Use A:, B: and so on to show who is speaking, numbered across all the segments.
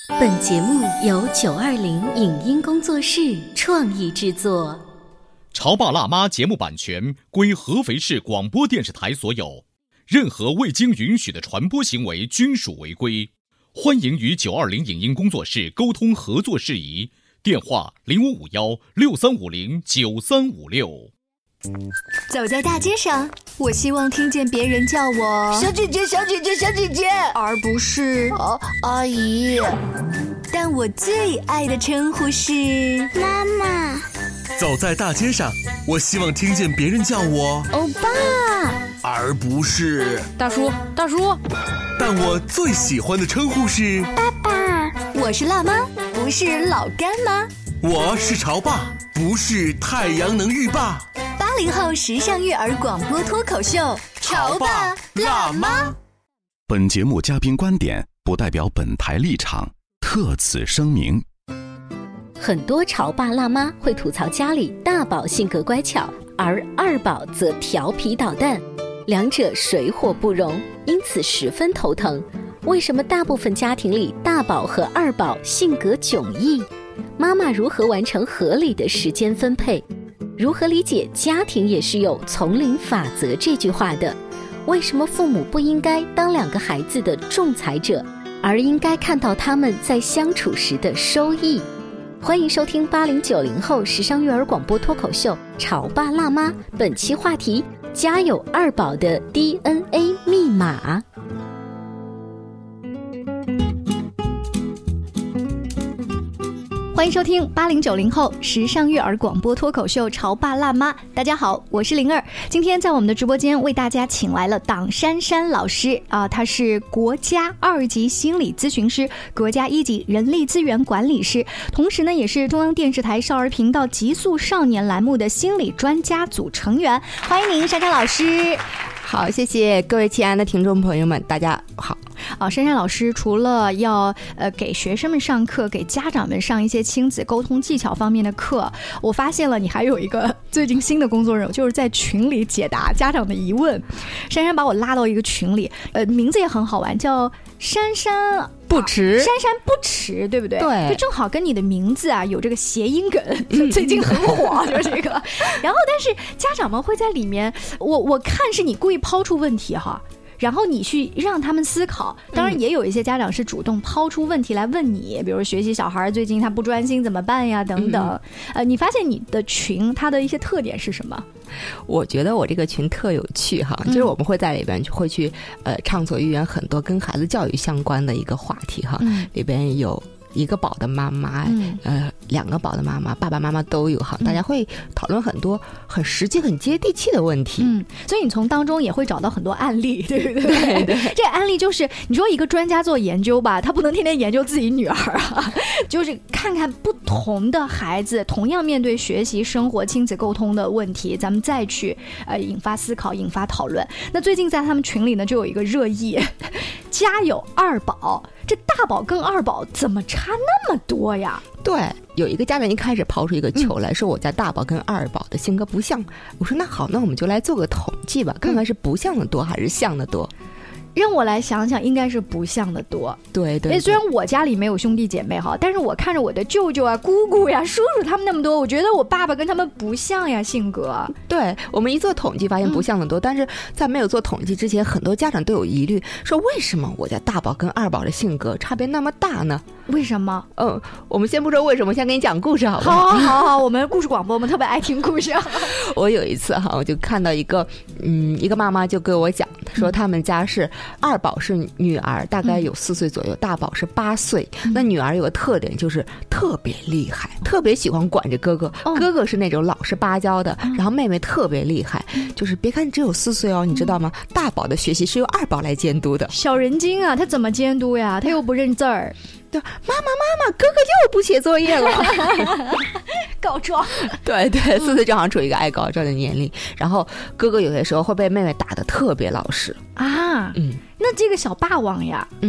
A: 本节目由920影音工作室创意制作。
B: 潮爸辣妈节目版权归合肥市广播电视台所有，任何未经允许的传播行为均属违规。欢迎与920影音工作室沟通合作事宜，电话055163509356。
C: 走在大街上，我希望听见别人叫我
D: 小姐姐小姐姐小姐姐，
C: 而不是
D: 阿姨。
C: 但我最爱的称呼是
D: 妈妈。
E: 走在大街上，我希望听见别人叫我
D: 欧巴，
E: 而不是
F: 大叔大叔。
E: 但我最喜欢的称呼是
D: 爸爸。
C: 我是辣妈，不是老干妈。
E: 我是潮爸，不是太阳能浴霸。
C: 80后时尚育儿广播脱口秀，潮爸辣妈。
G: 本节目嘉宾观点不代表本台立场，特此声明。
A: 很多潮爸辣妈会吐槽家里大宝性格乖巧，而二宝则调皮捣蛋，两者水火不容，因此十分头疼。为什么大部分家庭里大宝和二宝性格迥异？妈妈如何完成合理的时间分配？如何理解家庭也是有丛林法则这句话的？为什么父母不应该当两个孩子的仲裁者，而应该看到他们在相处时的收益？欢迎收听80、90后时尚育儿广播脱口秀《潮爸辣妈》，本期话题：家有二宝的 DNA 密码。
C: 欢迎收听80、90后时尚育儿广播脱口秀《潮爸辣妈》。大家好，我是灵儿。今天在我们的直播间为大家请来了党珊珊老师他是国家2级心理咨询师，国家1级人力资源管理师，同时呢也是中央电视台少儿频道极速少年栏目的心理专家组成员。欢迎您，珊珊老师。
H: 好，谢谢各位亲爱的听众朋友们，大家好。
C: 珊珊老师除了要给学生们上课，给家长们上一些亲子沟通技巧方面的课，我发现了你还有一个最近新的工作任务，就是在群里解答家长的疑问。珊珊把我拉到一个群里，名字也很好玩，叫珊珊
H: 不迟，
C: 珊珊不迟，对不对？
H: 对，
C: 就正好跟你的名字有这个谐音梗，最近很火，就是这个。然后，但是家长们会在里面，我看是你故意抛出问题哈。然后你去让他们思考，当然也有一些家长是主动抛出问题来问你，比如学习小孩最近他不专心怎么办呀等等。你发现你的群它的一些特点是什么？
H: 我觉得我这个群特有趣哈，就是我们会在里边会去畅所欲言很多跟孩子教育相关的一个话题哈，里边有一个宝的妈妈，两个宝的妈妈，爸爸妈妈都有哈，大家会讨论很多很实际、很接地气的问题。
C: 所以你从当中也会找到很多案例，对不对？对，这案例就是你说一个专家做研究吧，他不能天天研究自己女儿啊，就是看看不同的孩子同样面对学习、生活、亲子沟通的问题，咱们再去引发思考、引发讨论。那最近在他们群里呢，就有一个热议，家有二宝。这大宝跟二宝怎么差那么多呀？
H: 对，有一个家长一开始抛出一个球来，说我家大宝跟二宝的性格不像。我说那好，那我们就来做个统计吧，看看是不像的多还是像的多。
C: 让我来想想，应该是不像的多。
H: 对对，
C: 虽然我家里没有兄弟姐妹哈，但是我看着我的舅舅啊、姑姑呀、叔叔他们那么多，我觉得我爸爸跟他们不像呀，性格。
H: 对，我们一做统计发现不像的多，但是在没有做统计之前，很多家长都有疑虑，说为什么我家大宝跟二宝的性格差别那么大呢？
C: 为什么？
H: 我们先不说为什么，先给你讲故事好不好？
C: 好，我们故事广播，我们特别爱听故事。
H: 我有一次哈，我就看到一个妈妈就跟我讲，说他们家是二宝是女儿，大概有4岁左右，大宝是8岁。那女儿有个特点，就是特别厉害，特别喜欢管着哥哥。哥哥是那种老实巴交的，然后妹妹特别厉害，就是别看只有4岁哦，你知道吗？大宝的学习是由二宝来监督的。
C: 小人精啊，他怎么监督呀？他又不认字儿。
H: 对，妈妈，哥哥又不写作业了，
C: 告状。
H: 对，4岁正好处于一个爱告状的年龄，然后哥哥有些时候会被妹妹打得特别老实啊。
C: 那这个小霸王呀，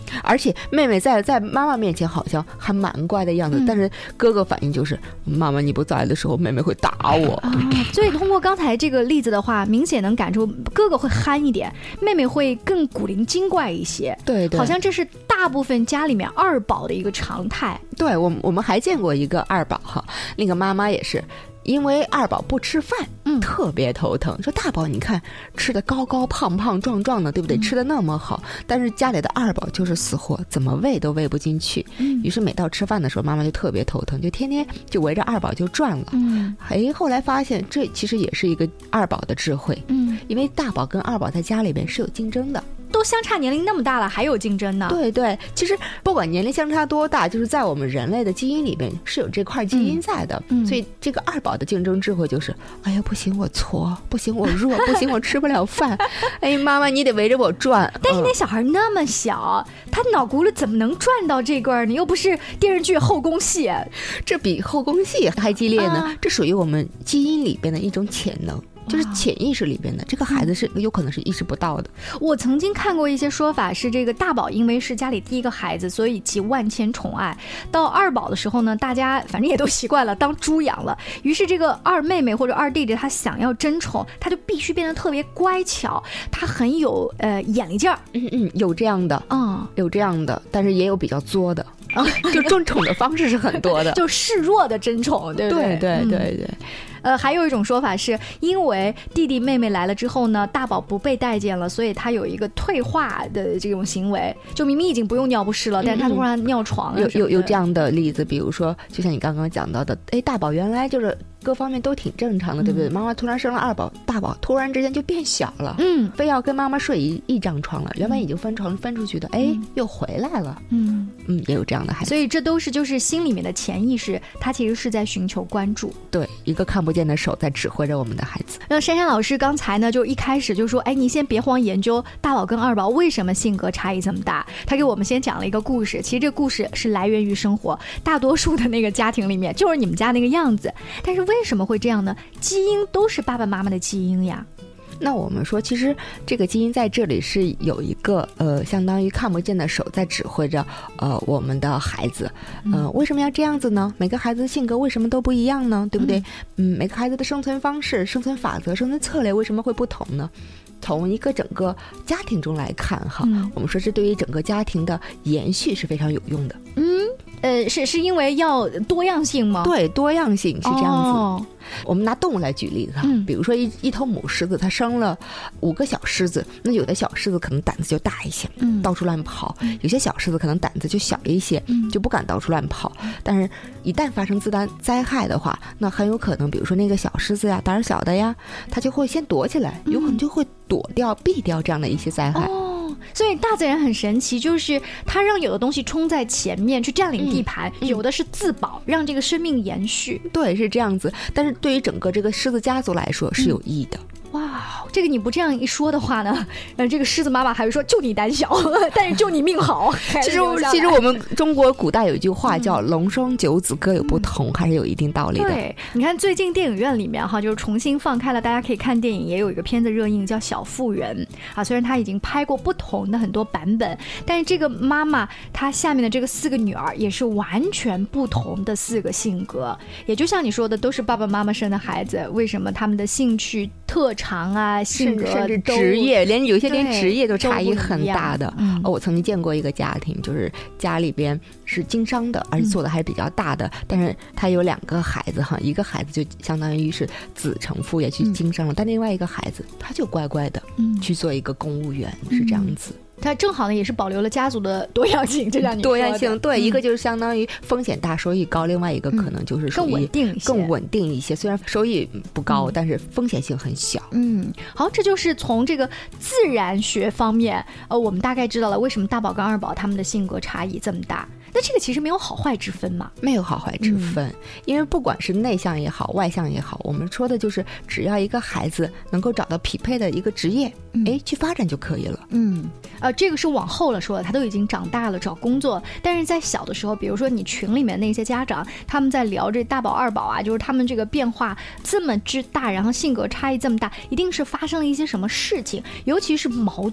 H: 而且妹妹在妈妈面前好像还蛮乖的样子，但是哥哥反应就是妈妈你不在的时候妹妹会打我
C: 所以通过刚才这个例子的话，明显能感受哥哥会憨一点，妹妹会更古灵精怪一些。
H: 对对，
C: 好像这是大部分家里面二宝的一个常态。
H: 对，我们还见过一个二宝哈，那个妈妈也是因为二宝不吃饭，特别头疼。说大宝你看吃的高高胖胖壮壮的，对不对？吃的那么好，但是家里的二宝就是死货，怎么喂都喂不进去。于是每到吃饭的时候，妈妈就特别头疼，就天天就围着二宝就转了。后来发现这其实也是一个二宝的智慧。因为大宝跟二宝在家里边是有竞争的。
C: 都相差年龄那么大了，还有竞争呢？
H: 对对，其实不管年龄相差多大，就是在我们人类的基因里边是有这块基因在的。所以这个二宝的竞争智慧就是，哎呀不行我矬，不行我弱，不行我吃不了饭，哎妈妈你得围着我转。
C: 但是那小孩那么小，他脑轱辘怎么能转到这块儿？你又不是电视剧后宫戏，
H: 这比后宫戏还激烈呢。这属于我们基因里边的一种潜能。就是潜意识里边的，这个孩子是有可能是意识不到的。
C: 我曾经看过一些说法，是这个大宝因为是家里第一个孩子，所以集万千宠爱。到二宝的时候呢，大家反正也都习惯了当猪养了，于是这个二妹妹或者二弟弟他想要争宠，他就必须变得特别乖巧，他很有眼力劲儿。
H: 有这样的，有这样的，但是也有比较作的。就争宠的方式是很多的，
C: 就示弱的争宠，对不对？
H: 对。
C: 还有一种说法是因为弟弟妹妹来了之后呢，大宝不被待见了，所以他有一个退化的这种行为，就明明已经不用尿不湿了，但是他突然尿床了。
H: 有这样的例子，比如说就像你刚刚讲到的，大宝原来就是各方面都挺正常的，对不对？妈妈突然生了二宝，大宝突然之间就变小了，非要跟妈妈睡一张床了，原本已经分床分出去的，又回来了，也有这样的孩子。
C: 所以这都是就是心里面的潜意识，他其实是在寻求关注。
H: 对，一个看不见的手在指挥着我们的孩子。
C: 那珊珊老师刚才呢，就一开始就说，你先别慌研究大宝跟二宝为什么性格差异这么大。他给我们先讲了一个故事，其实这个故事是来源于生活，大多数的那个家庭里面就是你们家那个样子。但是为什么会这样呢？基因都是爸爸妈妈的基因呀。
H: 那我们说，其实这个基因在这里是有一个相当于看不见的手在指挥着我们的孩子。为什么要这样子呢？每个孩子的性格为什么都不一样呢？对不对？每个孩子的生存方式、生存法则、生存策略为什么会不同呢？从一个整个家庭中来看哈，我们说这对于整个家庭的延续是非常有用的。
C: 是因为要多样性吗？
H: 对，多样性是这样子。我们拿动物来举例子哈，比如说一头母狮子，它生了5个小狮子，那有的小狮子可能胆子就大一些，到处乱跑；有些小狮子可能胆子就小一些，就不敢到处乱跑。但是，一旦发生自然灾害的话，那很有可能，比如说那个小狮子呀，胆儿小的呀，它就会先躲起来，有可能就会避掉这样的一些灾害。
C: 所以大自然很神奇，就是它让有的东西冲在前面去占领地盘，有的是自保，让这个生命延续。
H: 对，是这样子。但是对于整个这个狮子家族来说是有益的。
C: 哇，这个你不这样一说的话呢，这个狮子妈妈还会说就你胆小，但是就你命好。
H: 其实我们中国古代有一句话叫龙生九子各有不同，还是有一定道理的。
C: 对，你看最近电影院里面哈，就是重新放开了，大家可以看电影，也有一个片子热映叫《小妇人》啊。虽然他已经拍过不同的很多版本，但是这个妈妈她下面的这个4个女儿也是完全不同的4个性格，也就像你说的，都是爸爸妈妈生的孩子，为什么他们的兴趣、特长啊、性格
H: 甚至职业，有些连职业都差异很大的。我曾经见过一个家庭，就是家里边是经商的，而且做的还比较大的，但是他有2个孩子哈，一个孩子就相当于是子承父业去经商了，但另外一个孩子他就乖乖的去做一个公务员，是这样子。
C: 它正好呢，也是保留了家族的多样性，就像你说的
H: 多样性。对，一个就是相当于风险大、收益高，另外一个可能就是
C: 更稳定一些。
H: 虽然收益不高，但是风险性很小。
C: 好，这就是从这个自然学方面，我们大概知道了为什么大宝跟二宝他们的性格差异这么大。那这个其实没有好坏之分嘛？
H: 没有好坏之分，因为不管是内向也好，外向也好，我们说的就是只要一个孩子能够找到匹配的一个职业，去发展就可以了。
C: 这个是往后了说的，他都已经长大了，找工作。但是在小的时候，比如说你群里面那些家长，他们在聊这大宝二宝啊，就是他们这个变化这么之大，然后性格差异这么大，一定是发生了一些什么事情，尤其是矛盾。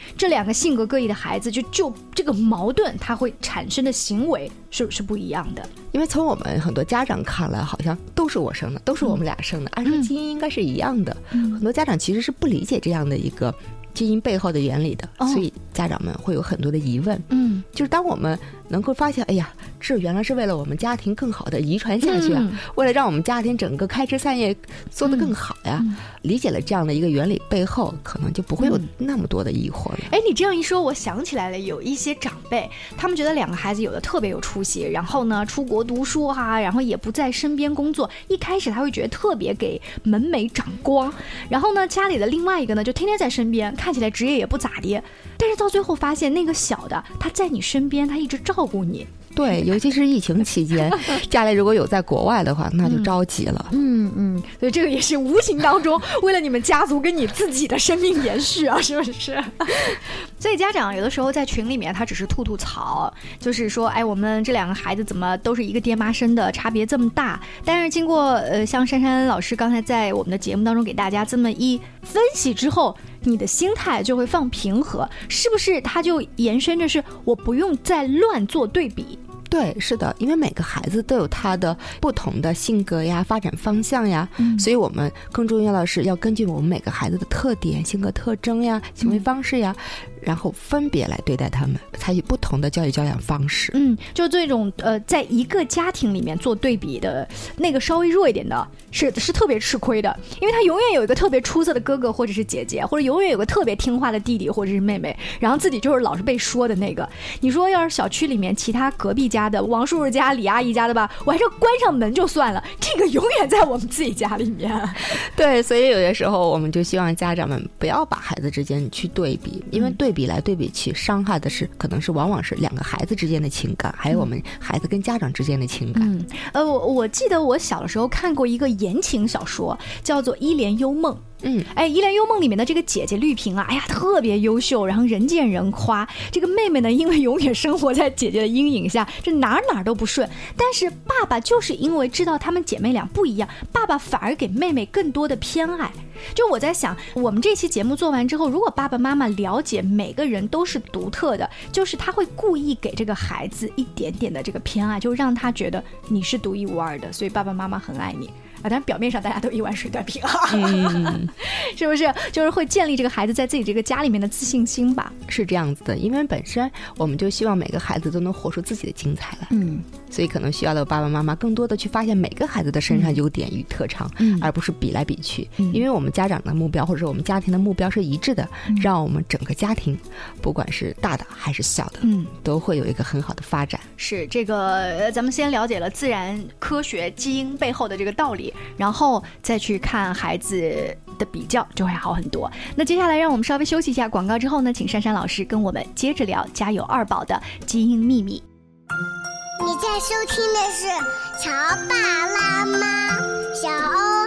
C: 这两个性格各异的孩子就这个矛盾他会产生的行为是不一样的。
H: 因为从我们很多家长看来，好像都是我生的，都是我们俩生的，按说基因应该是一样的。很多家长其实是不理解这样的一个基因背后的原理的，所以家长们会有很多的疑问。就是当我们能够发现，哎呀，这原来是为了我们家庭更好的遗传下去啊，为了让我们家庭整个开枝散叶做得更好呀，理解了这样的一个原理背后，可能就不会有那么多的疑惑了。
C: 哎，你这样一说，我想起来了，有一些长辈，他们觉得两个孩子有的特别有出息，然后呢出国读书哈，然后也不在身边工作，一开始他会觉得特别给门楣长光，然后呢家里的另外一个呢就天天在身边，看起来职业也不咋地，但是到最后发现那个小的他在你身边，他一直照顾你。
H: 对，尤其是疫情期间，家里如果有在国外的话，那就着急了。
C: 所以这个也是无形当中为了你们家族跟你自己的生命延续啊，是不是？所以家长有的时候在群里面他只是吐槽，就是说，哎，我们这两个孩子怎么都是一个爹妈生的，差别这么大。但是经过像珊珊老师刚才在我们的节目当中给大家这么一分析之后，你的心态就会放平和，是不是？它就延伸着是我不用再乱做对比。
H: 对，是的，因为每个孩子都有他的不同的性格呀、发展方向呀，所以我们更重要的是要根据我们每个孩子的特点、性格特征呀、行为方式呀，然后分别来对待他们，采取不同的教育教养方式。
C: 就这种在一个家庭里面做对比的那个稍微弱一点的，是特别吃亏的，因为他永远有一个特别出色的哥哥或者是姐姐，或者永远有个特别听话的弟弟或者是妹妹，然后自己就是老是被说的那个。你说要是小区里面其他隔壁家的王叔叔家、李阿姨家的吧，我还是关上门就算了，这个永远在我们自己家里面。
H: 对，所以有些时候我们就希望家长们不要把孩子之间去对比，因为对比来对比去，伤害的是可能是往往是两个孩子之间的情感，还有我们孩子跟家长之间的情感。
C: 我记得我小的时候看过一个言情小说，叫做《伊莲幽梦》。《伊莲幽梦》里面的这个姐姐绿萍啊，哎呀，特别优秀，然后人见人夸。这个妹妹呢，因为永远生活在姐姐的阴影下，这哪都不顺。但是爸爸就是因为知道她们姐妹俩不一样，爸爸反而给妹妹更多的偏爱。就我在想，我们这期节目做完之后，如果爸爸妈妈了解每个人都是独特的，就是他会故意给这个孩子一点点的这个偏爱，就让他觉得你是独一无二的，所以爸爸妈妈很爱你。当然表面上大家都一碗水端平是不是？就是会建立这个孩子在自己这个家里面的自信心吧。
H: 是这样子的，因为本身我们就希望每个孩子都能活出自己的精彩来。所以可能需要的爸爸妈妈更多的去发现每个孩子的身上优点与特长，而不是比来比去。因为我们家长的目标或者我们家庭的目标是一致的，让我们整个家庭不管是大的还是小的，都会有一个很好的发展。
C: 是这个咱们先了解了自然科学基因背后的这个道理，然后再去看孩子的比较，就会好很多。那接下来让我们稍微休息一下广告之后呢，请珊珊老师跟我们接着聊家有二宝的基因秘密。
D: 你在收听的是潮爸辣妈，小欧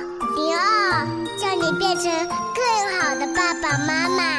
D: 02，叫你变成更好的爸爸妈妈。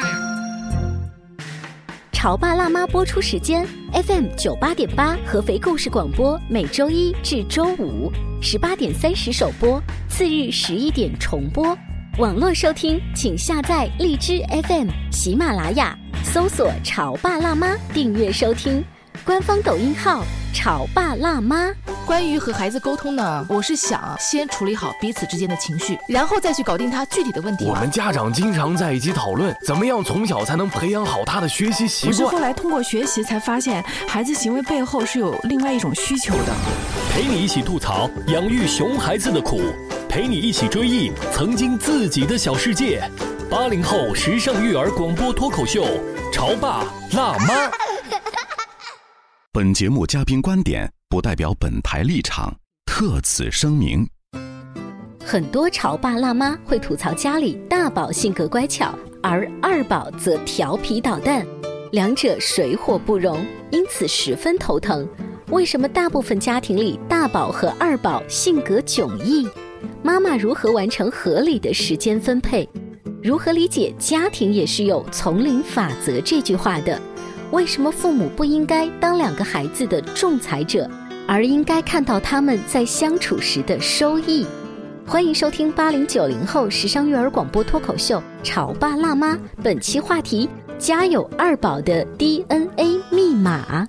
A: 潮爸辣妈播出时间 FM 98.8合肥故事广播，每周一至周五18点30首播，次日11点重播。网络收听请下载荔枝 FM、喜马拉雅，搜索潮爸辣妈订阅收听。官方抖音号潮爸辣妈。
F: 关于和孩子沟通呢，我是想先处理好彼此之间的情绪，然后再去搞定他具体的问题。
I: 我们家长经常在一起讨论，怎么样从小才能培养好他的学习习惯。
J: 我是后来通过学习才发现，孩子行为背后是有另外一种需求的。
K: 陪你一起吐槽养育熊孩子的苦，陪你一起追忆曾经自己的小世界。80后时尚育儿广播脱口秀，潮爸辣妈。
G: 本节目嘉宾观点不代表本台立场，特此声明。
A: 很多潮爸辣妈会吐槽家里大宝性格乖巧，而二宝则调皮捣蛋，两者水火不容，因此十分头疼。为什么大部分家庭里大宝和二宝性格迥异？妈妈如何完成合理的时间分配？如何理解家庭也是有丛林法则这句话的？为什么父母不应该当两个孩子的仲裁者，而应该看到他们在相处时的收益？欢迎收听80、90后时尚育儿广播脱口秀《潮爸辣妈》，本期话题： 家有二宝的 DNA 密码。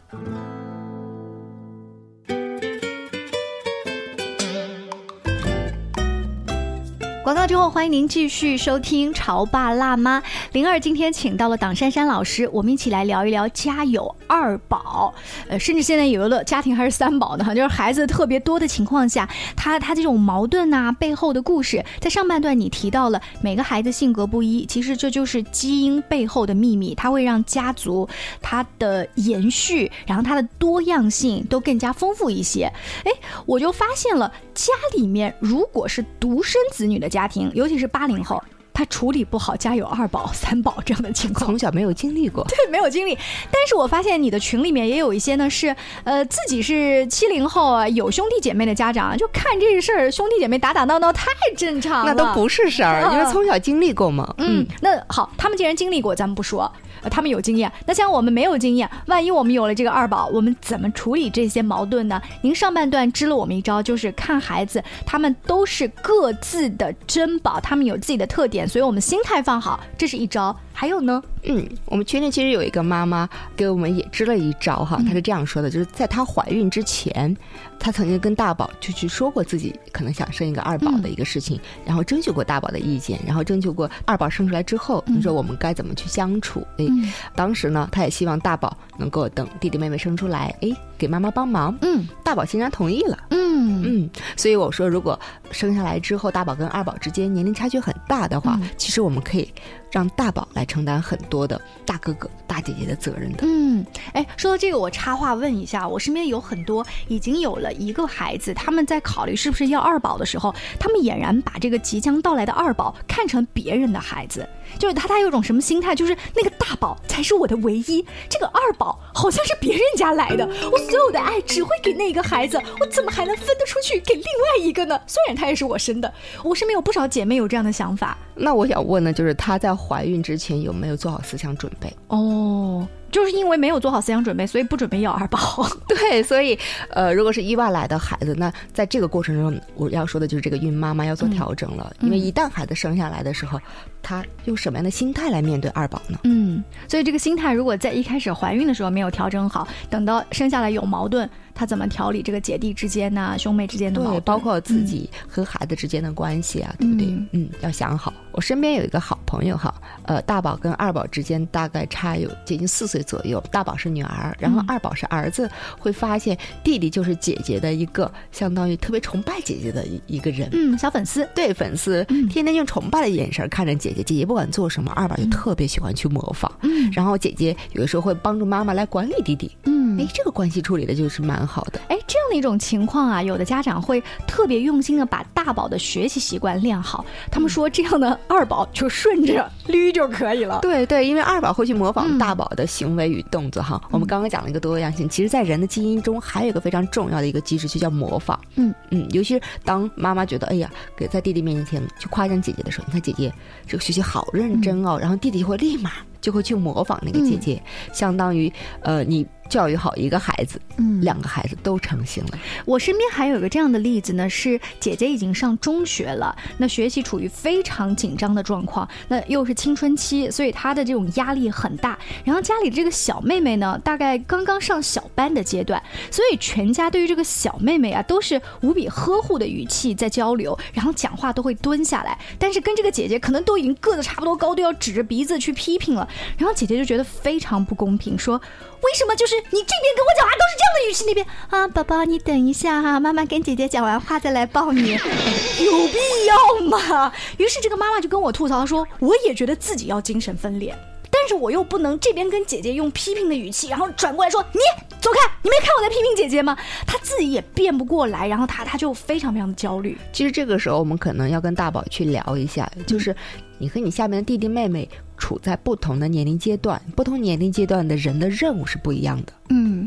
C: 广告之后，欢迎您继续收听潮爸辣妈。02今天请到了党珊珊老师，我们一起来聊一聊家有二宝，甚至现在有的家庭还是三宝呢，就是孩子特别多的情况下，他这种矛盾啊背后的故事。在上半段你提到了每个孩子性格不一，其实这就是基因背后的秘密，它会让家族它的延续，然后它的多样性都更加丰富一些。我就发现了家里面如果是独生子女的家庭，尤其是80后，他处理不好家有二宝三宝这样的情况，
H: 从小没有经历过。
C: 对，没有经历。但是我发现你的群里面也有一些呢是自己是70后啊，有兄弟姐妹的家长，就看这个事儿兄弟姐妹打打闹闹太正常了，
H: 那都不是事儿，因为从小经历过嘛。
C: 那好，他们既然经历过咱们不说，他们有经验，那像我们没有经验，万一我们有了这个二宝，我们怎么处理这些矛盾呢？您上半段支了我们一招，就是看孩子他们都是各自的珍宝，他们有自己的特点，所以我们心态放好，这是一招。还有呢？
H: 我们群里其实有一个妈妈给我们也支了一招哈，她是这样说的，就是在她怀孕之前，她曾经跟大宝就去说过自己可能想生一个二宝的一个事情，然后征求过大宝的意见，然后征求过二宝生出来之后，你说我们该怎么去相处？当时呢，她也希望大宝能够等弟弟妹妹生出来，给妈妈帮忙。大宝欣然同意了。所以我说，如果生下来之后，大宝跟二宝之间年龄差距很大的话，其实我们可以让大宝来承担很多的大哥哥大姐姐的责任的。
C: 说到这个，我插话问一下，我身边有很多已经有了一个孩子，他们在考虑是不是要二宝的时候，他们俨然把这个即将到来的二宝看成别人的孩子，就是他有种什么心态，就是那个大宝才是我的唯一，这个二宝好像是别人家来的，我所有的爱只会给那个孩子，我怎么还能分得出去给另外一个呢？虽然他也是我生的，我身边有不少姐妹有这样的想法。
H: 那我想问呢，就是她在怀孕之前有没有做好思想准备？
C: 就是因为没有做好思想准备，所以不准备要二宝。
H: 对，所以如果是意外来的孩子，那在这个过程中，我要说的就是这个孕妈妈要做调整了，因为一旦孩子生下来的时候，她用什么样的心态来面对二宝呢？
C: 所以这个心态如果在一开始怀孕的时候没有调整好，等到生下来有矛盾，他怎么调理这个姐弟之间呐、兄妹之间的矛盾，
H: 对，包括自己和孩子之间的关系啊，对不对？要想好。我身边有一个好朋友哈，大宝跟二宝之间大概差有接近4岁左右，大宝是女儿，然后二宝是儿子，会发现弟弟就是姐姐的一个相当于特别崇拜姐姐的一个人，
C: 小粉丝，
H: 对，粉丝，天天用崇拜的眼神看着姐姐，姐姐不管做什么，二宝就特别喜欢去模仿，然后姐姐有的时候会帮助妈妈来管理弟弟，这个关系处理的就是蛮好的。
C: 这样的一种情况啊，有的家长会特别用心的把大宝的学习习惯练好，他们说这样的二宝就顺着捋就可以了。
H: 对，因为二宝会去模仿大宝的行为与动作哈。我们刚刚讲了一个多样性，其实在人的基因中还有一个非常重要的一个机制，就叫模仿。尤其是当妈妈觉得在弟弟面前去夸奖姐姐的时候，你看姐姐这个学习好认真哦，然后弟弟会立马就会去模仿那个姐姐，相当于你教育好一个孩子，2个孩子都成型了。
C: 我身边还有一个这样的例子呢，是姐姐已经上中学了，那学习处于非常紧张的状况，那又是青春期，所以她的这种压力很大。然后家里这个小妹妹呢，大概刚刚上小班的阶段，所以全家对于这个小妹妹啊，都是无比呵护的语气在交流，然后讲话都会蹲下来，但是跟这个姐姐可能都已经个子差不多高，都要指着鼻子去批评了。然后姐姐就觉得非常不公平，说为什么就是你这边跟我讲话都是这样的语气，那边啊宝宝你等一下哈，妈妈跟姐姐讲完话再来抱你，有必要吗？于是这个妈妈就跟我吐槽说，我也觉得自己要精神分裂，但是我又不能这边跟姐姐用批评的语气，然后转过来说你走开，你没看我在批评姐姐吗？她自己也变不过来，然后她就非常非常的焦虑。
H: 其实这个时候我们可能要跟大宝去聊一下，就是你和你下面的弟弟妹妹处在不同的年龄阶段，不同年龄阶段的人的任务是不一样的。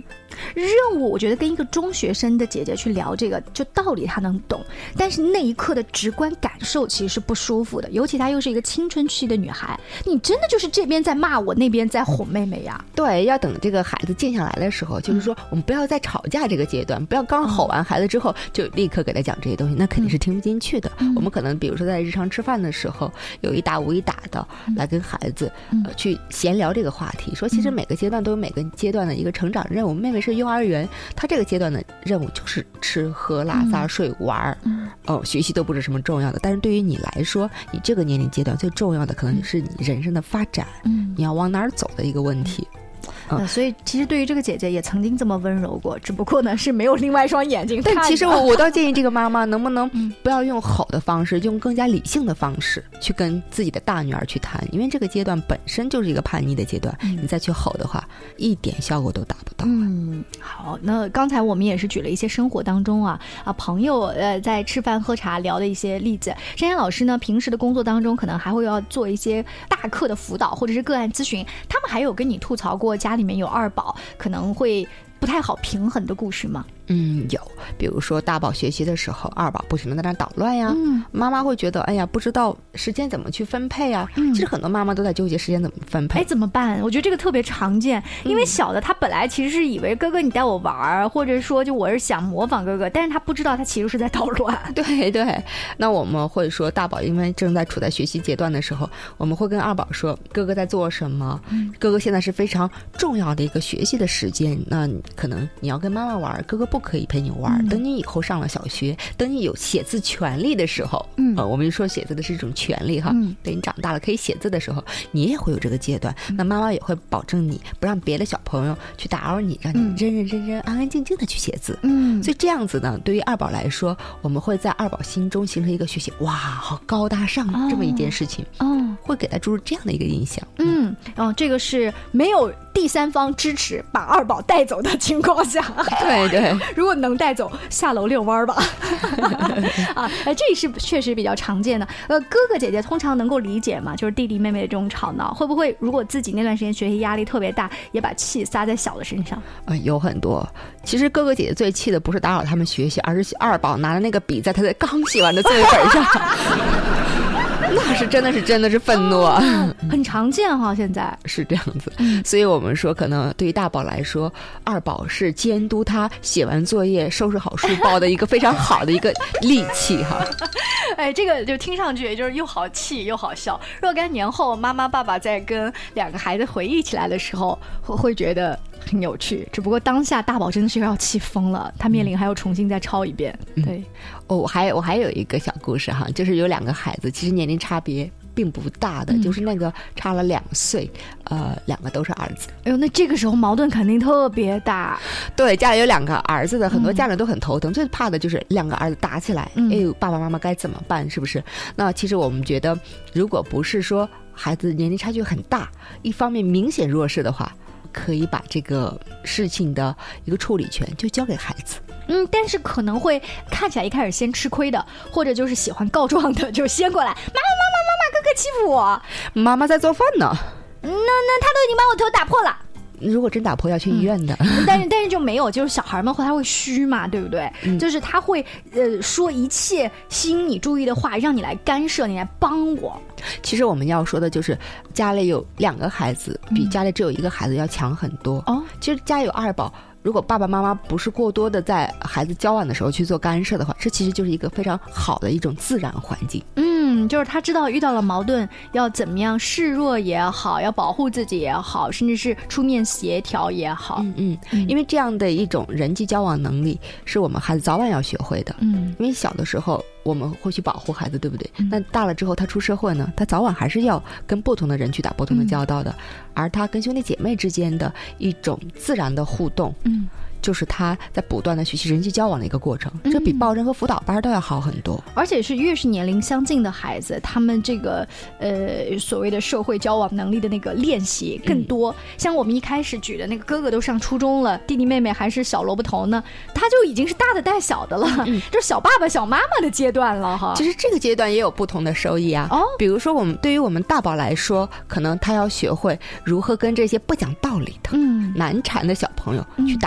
C: 任务我觉得跟一个中学生的姐姐去聊这个，就道理她能懂，但是那一刻的直观感受其实是不舒服的，尤其她又是一个青春期的女孩，你真的就是这边在骂我，那边在哄妹妹呀。
H: 对，要等这个孩子静下来的时候，就是说我们不要在吵架这个阶段，不要刚吼完孩子之后就立刻给他讲这些东西，那肯定是听不进去的。我们可能比如说在日常吃饭的时候，有一打无一打的来跟孩子去闲聊这个话题，说其实每个阶段都有每个阶段的一个成长任务。妹妹是幼儿园，她这个阶段的任务就是吃喝拉撒睡玩，学习都不是什么重要的。但是对于你来说，你这个年龄阶段最重要的可能是你人生的发展，你要往哪儿走的一个问题。
C: 所以其实对于这个姐姐也曾经这么温柔过，只不过呢是没有另外一双眼睛看。
H: 但其实我倒建议这个妈妈能不能不要用吼的方式，用更加理性的方式去跟自己的大女儿去谈，因为这个阶段本身就是一个叛逆的阶段，你再去吼的话一点效果都达不到。
C: 好，那刚才我们也是举了一些生活当中朋友在吃饭喝茶聊的一些例子。珊珊老师呢平时的工作当中可能还会要做一些大课的辅导或者是个案咨询，他们还有跟你吐槽过家里面有二宝可能会不太好平衡的故事吗？
H: 有，比如说大宝学习的时候，二宝不停地在那捣乱呀，妈妈会觉得哎呀不知道时间怎么去分配啊。其实很多妈妈都在纠结时间怎么分配。
C: 怎么办？我觉得这个特别常见，因为小的他本来其实是以为哥哥你带我玩，或者说就我是想模仿哥哥，但是他不知道他其实是在捣乱。
H: 对对，那我们会说大宝因为正在处在学习阶段的时候，我们会跟二宝说哥哥在做什么，哥哥现在是非常重要的一个学习的时间，那可能你要跟妈妈玩，哥哥不可以陪你玩，等你以后上了小学，等你有写字权利的时候，我们说写字的是一种权利哈，等你长大了可以写字的时候，你也会有这个阶段，那妈妈也会保证你不让别的小朋友去打扰你，让你认认真真安安静静的去写字。所以这样子呢，对于二宝来说，我们会在二宝心中形成一个学习哇好高大上这么一件事情，会给他注入这样的一个印象。
C: 这个是没有第三方支持把二宝带走的情况下，
H: 对对，
C: 如果能带走下楼遛弯吧。这是确实比较常见的。哥哥姐姐通常能够理解嘛，就是弟弟妹妹的这种吵闹，会不会如果自己那段时间学习压力特别大，也把气撒在小的身上？
H: 有很多。其实哥哥姐姐最气的不是打扰他们学习，而是二宝拿了那个笔在他的刚写完的作业本上。那是真的是愤怒啊，
C: 很常见哈，现在
H: 是这样子。所以我们说可能对于大宝来说，二宝是监督他写完作业收拾好书包的一个非常好的一个利器哈。
C: 这个就听上去就是又好气又好笑。若干年后妈妈爸爸在跟两个孩子回忆起来的时候，会觉得很有趣，只不过当下大宝真的是要气疯了，他面临还要重新再抄一遍。对，
H: 我还有一个小故事哈，就是有两个孩子其实年龄差别并不大的，就是那个差了2岁，两个都是儿子。
C: 那这个时候矛盾肯定特别大。
H: 对，家里有2个儿子的，很多家长都很头疼，最怕的就是2个儿子打起来，爸爸妈妈该怎么办？是不是？那其实我们觉得，如果不是说孩子年龄差距很大，一方面明显弱势的话，可以把这个事情的一个处理权就交给孩子。
C: 但是可能会看起来一开始先吃亏的，或者就是喜欢告状的，就先过来，妈，哥哥欺负我，
H: 妈妈在做饭呢。
C: 那他都已经把我头打破了。
H: 如果真打破要去医院的，
C: 但是就没有，就是小孩们他会虚嘛，对不对？就是他会说一切吸引你注意的话，让你来干涉，你来帮我。
H: 其实我们要说的就是家里有2个孩子比家里只有1个孩子要强很多。其实家里有二宝，如果爸爸妈妈不是过多的在孩子交往的时候去做干涉的话，这其实就是一个非常好的一种自然环境。
C: 就是他知道遇到了矛盾要怎么样示弱也好，要保护自己也好，甚至是出面协调也好。
H: 因为这样的一种人际交往能力是我们孩子早晚要学会的。因为小的时候我们会去保护孩子，对不对？那大了之后他出社会呢，他早晚还是要跟不同的人去打不同的交道的，而他跟兄弟姐妹之间的一种自然的互动，就是他在不断的学习人际交往的一个过程，这比报任和辅导班都要好很多。
C: 而且是越是年龄相近的孩子，他们这个所谓的社会交往能力的那个练习更多。像我们一开始举的那个哥哥都上初中了，弟弟妹妹还是小萝卜头呢，他就已经是大的带小的了，就是小爸爸小妈妈的阶段了哈。
H: 其实这个阶段也有不同的收益啊。比如说对于我们大宝来说，可能他要学会如何跟这些不讲道理的难缠的小朋友去打交道。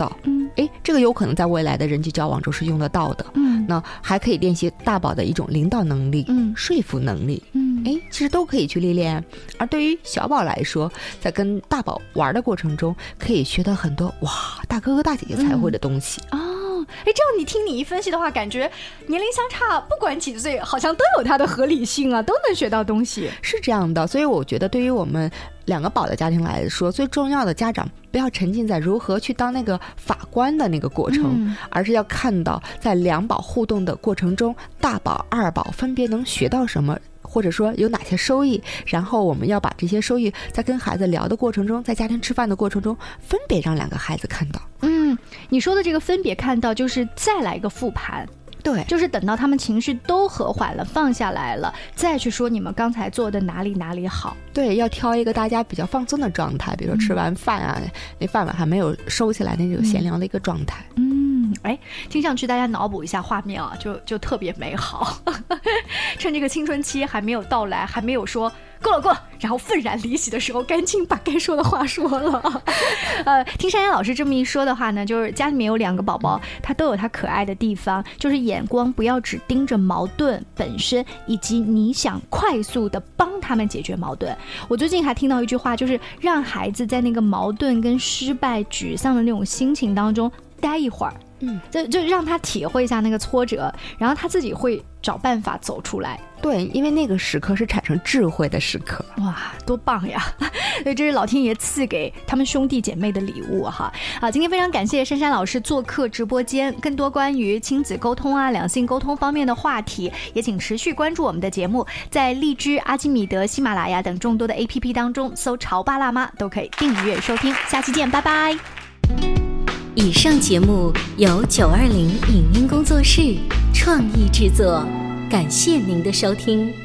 H: 到，这个有可能在未来的人际交往中是用得到的。那还可以练习大宝的一种领导能力，说服能力，其实都可以去历练。而对于小宝来说，在跟大宝玩的过程中，可以学到很多大哥哥大姐姐才会的东西。
C: 这样你听你一分析的话，感觉年龄相差不管几岁，好像都有它的合理性啊，都能学到东西。
H: 是这样的，所以我觉得对于我们2个宝的家庭来说，最重要的家长不要沉浸在如何去当那个法官的那个过程，而是要看到在2宝互动的过程中，大宝、2宝分别能学到什么，或者说有哪些收益，然后我们要把这些收益在跟孩子聊的过程中，在家庭吃饭的过程中，分别让2个孩子看到。
C: 你说的这个分别看到，就是再来一个复盘。
H: 对，
C: 就是等到他们情绪都和缓了，放下来了，再去说你们刚才做的哪里好。
H: 对，要挑一个大家比较放松的状态，比如说吃完饭啊，那饭碗还没有收起来，那种闲聊的一个状态。
C: 听上去大家脑补一下画面啊，就特别美好。趁这个青春期还没有到来，还没有说够了，然后愤然离席的时候，赶紧把该说的话说了。听珊珊老师这么一说的话呢，就是家里面有2个宝宝，他都有他可爱的地方，就是眼光不要只盯着矛盾本身，以及你想快速的帮他们解决矛盾。我最近还听到一句话，就是让孩子在那个矛盾跟失败沮丧的那种心情当中待一会儿，就让他体会一下那个挫折，然后他自己会找办法走出来。
H: 对，因为那个时刻是产生智慧的时刻。
C: 哇，多棒呀！所以这是老天爷赐给他们兄弟姐妹的礼物哈。好，今天非常感谢珊珊老师做客直播间，更多关于亲子沟通啊、两性沟通方面的话题，也请持续关注我们的节目，在荔枝、阿基米德、喜马拉雅等众多的 APP 当中搜潮爸辣妈都可以订阅收听。下期见，拜拜。
A: 以上节目由920影音工作室创意制作，感谢您的收听。